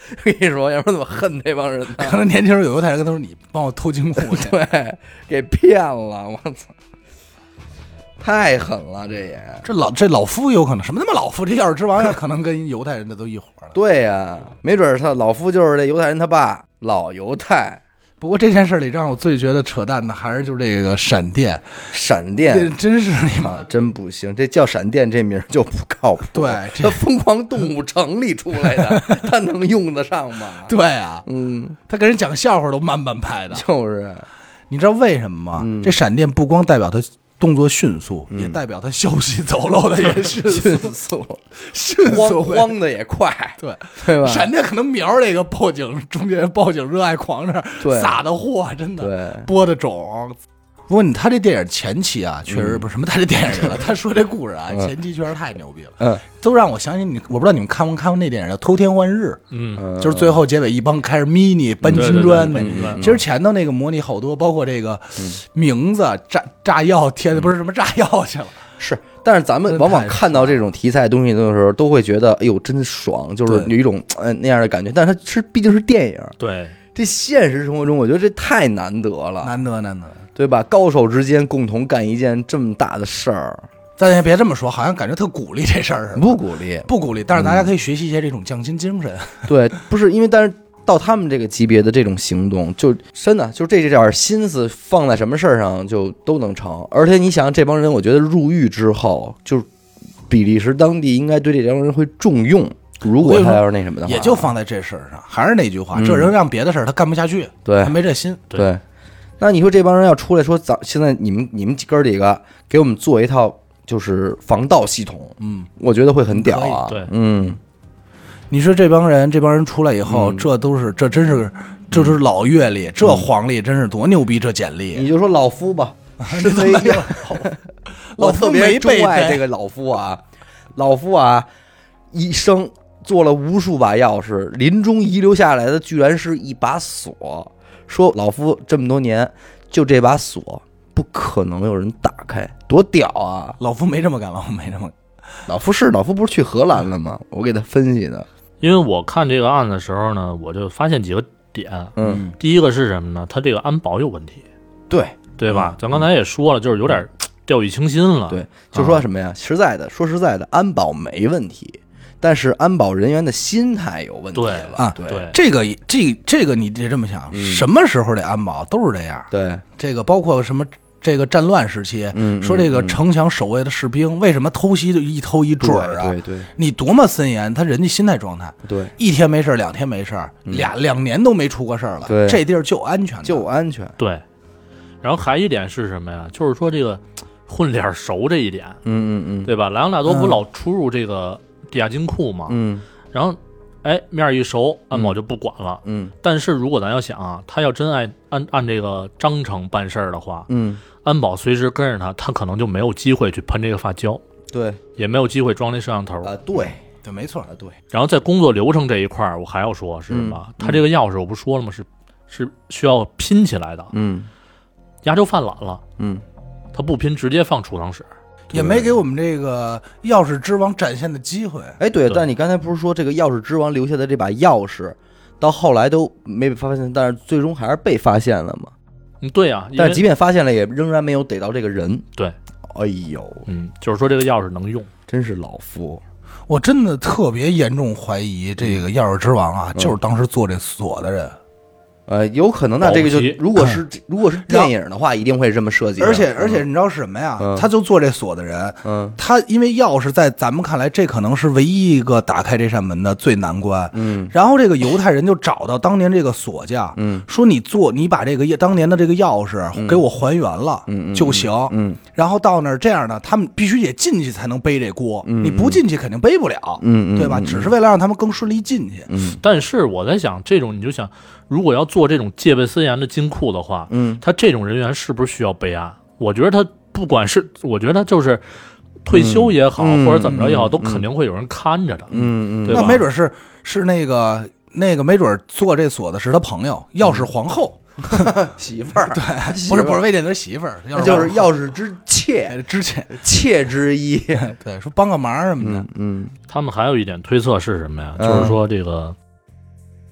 跟你说，要不然怎么恨这帮人呢？
可能年轻时候有犹太人跟他说：“你帮我偷金库去。”
对，给骗了，我操！太狠了，
这老夫有可能什么他妈老夫，这药之王可能跟犹太人的都一伙了。
对呀，没准他老夫就是这犹太人他爸，老犹太。
不过这件事里让我最觉得扯淡的还是就是这个闪电，这真是你妈
真不行，这叫闪电这名就不靠谱。
对，
这疯狂动物城里出来的，他能用得上吗？
对啊，他跟人讲笑话都慢半拍的。
就是，
你知道为什么吗？这闪电不光代表他动作迅速，也代表他消息走漏的也迅速，
慌的也快，
对吧？闪电可能瞄这个报警热爱狂这儿撒的货，真的播的种。不过他这电影前期啊，确实不是什么他这电影了，他说这故事啊，前期确实太牛逼了，都让我想起你，我不知道你们看过那电影叫《偷天换日》，就是最后结尾一帮开始 mini 搬金砖那，其实前头那个模拟好多，包括这个名字炸药贴的不是什么炸药去了，
是，但是咱们往往看到这种题材的东西的时候，都会觉得哎呦真爽，就是有一种那样的感觉，但是它毕竟是电影，
对，
这现实生活中我觉得这太难得了，
难得。
对吧？高手之间共同干一件这么大的事儿，
咱也别这么说，好像感觉特鼓励这事儿似的。
不鼓励，
但是大家可以学习一些这种匠心精神。
对，不是因为，但是到他们这个级别的这种行动，就真的就这点心思放在什么事儿上就都能成。而且你想，这帮人，我觉得入狱之后，就比利时当地应该对这帮人会重用。如果他要是那什么的话，
也就放在这事儿上。还是那句话，这人让别的事儿他干不下去，
对，
他没这心，
对。那你说这帮人要出来说，现在你们哥几个给我们做一套就是防盗系统，我觉得会很屌啊。
对，
你说这帮人出来以后，这真是老阅历，这黄历真是多牛逼，这简历。
你就说老夫吧，是这样。我特别钟爱这个老夫啊，一生做了无数把钥匙，临终遗留下来的居然是一把锁。说老夫这么多年，就这把锁不可能有人打开，多屌啊！
老夫没这么干，老
夫不是去荷兰了吗？我给他分析的，
因为我看这个案子的时候呢，我就发现几个点。第一个是什么呢？他这个安保有问题，对吧？咱刚才也说了，就是有点掉以轻心了。
对，就说什么呀？说实在的，安保没问题。但是安保人员的心态有问题了
对，
这个你得这么想，什么时候的安保都是这样。
对，
这个包括什么这个战乱时期，说这个城墙守卫的士兵为什么偷袭就一偷一准啊？
对，
你多么森严，他人家心态状态，
对，
一天没事，2天没事，两年都没出过事了，这地儿就安全，
对。然后还一点是什么呀？就是说这个混脸熟这一点，对吧？莱昂纳多不老出入这个地下金库嘛，然后面一熟，安保就不管了，但是如果咱要想啊，他要真按这个章程办事儿的话，安保随时跟着他可能就没有机会去喷这个发胶，
对，
也没有机会装那摄像头
对，没错，对。
然后在工作流程这一块我还要说是什么？他这个钥匙我不说了吗？是需要拼起来的，牙就犯懒了，他不拼，直接放储藏室。
也没给我们这个钥匙之王展现的机会。
对，但你刚才不是说这个钥匙之王留下的这把钥匙，到后来都没被发现，但是最终还是被发现了嘛？
对啊，
但是即便发现了，也仍然没有逮到这个人。
对，
哎呦，
就是说这个钥匙能用，
真是老夫。
我真的特别严重怀疑这个钥匙之王啊，就是当时做这锁的人。
有可能，那这个就如果是电影的话，一定会这么设计。
而且你知道是什么呀？他就做这锁的人，他因为钥匙在咱们看来，这可能是唯一一个打开这扇门的最难关。然后这个犹太人就找到当年这个锁匠，说你把这个当年的这个钥匙给我还原了就行。然后到那儿这样的，他们必须得进去才能背这锅，你不进去肯定背不了，对吧？只是为了让他们更顺利进去。
但是我在想，这种你就想。如果要做这种戒备森严的金库的话，他这种人员是不是需要备案？我觉得他不管是，我觉得他就是退休也好，或者怎么着也好，都肯定会有人看着的。对吧？
那没准是那个没准做这锁的是他朋友，钥匙皇后
媳妇儿，
对，不是魏建德媳妇儿，
就是钥匙之妾之一。
对，说帮个忙什么的。
他们还有一点推测是什么呀？就是说这个。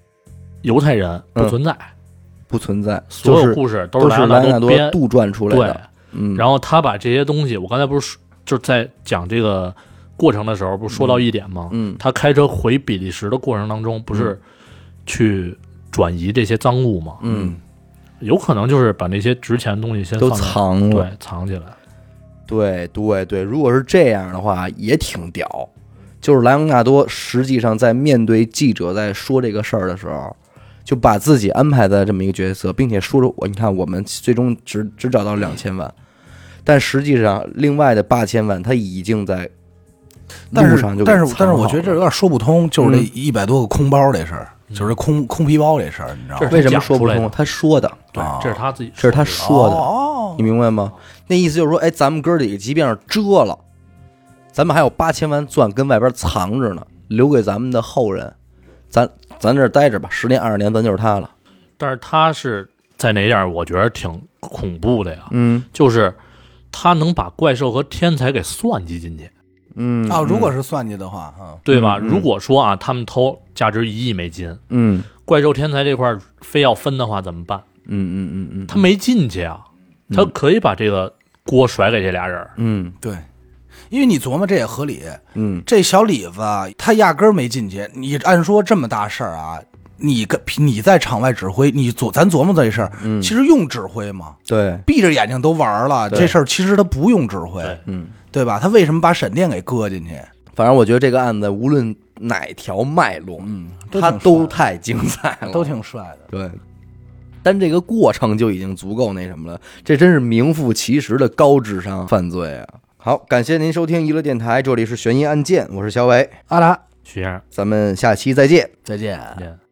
犹太人不存在，
不存在，
所有故事
都是莱昂纳多
编
杜撰出来的。
对，然后他把这些东西，我刚才不是就在讲这个过程的时候，不是说到一点吗？他开车回比利时的过程当中，不是去转移这些赃物吗？有可能就是把那些值钱的东西先
都藏了，
对，藏起来。
对对对，如果是这样的话，也挺屌。就是莱昂纳多实际上在面对记者在说这个事儿的时候，就把自己安排在这么一个角色，并且说着你看我们最终只找到2000万，但实际上另外的8000万他已经在路上就
但是我觉得这有点说不通，就是这100多个空包这事儿，就是空皮包这事儿，你知道吗？
为什么说不通？他说的，
对，这是他自己，
这是他说的，你明白吗？那意思就是说，哎，咱们哥几个即便是遮了，咱们还有8000万钻跟外边藏着呢，留给咱们的后人，咱这待着吧，10年20年，咱就是他了。
但是他是在哪点我觉得挺恐怖的呀？就是他能把怪兽和天才给算计进去。
如果是算计的话，
对吧？如果说啊，他们偷价值1亿美金，怪兽天才这块非要分的话怎么办？他没进去啊，他可以把这个锅甩给这俩人。
对，因为你琢磨这也合理。这小李子他压根儿没进去，你按说这么大事儿啊，你在场外指挥，咱琢磨这事儿，其实用指挥嘛？
对，
闭着眼睛都玩了，这事儿其实他不用指挥。对吧？他为什么把闪电给搁进去？
反正我觉得这个案子无论哪条脉络，他都太精彩了，
都挺帅的。
对，但这个过程就已经足够那什么了，这真是名副其实的高智商犯罪啊！好，感谢您收听娱乐电台，这里是悬疑案件，我是小伟，
阿达，
徐先生，
咱们下期再见，
再见。
再见。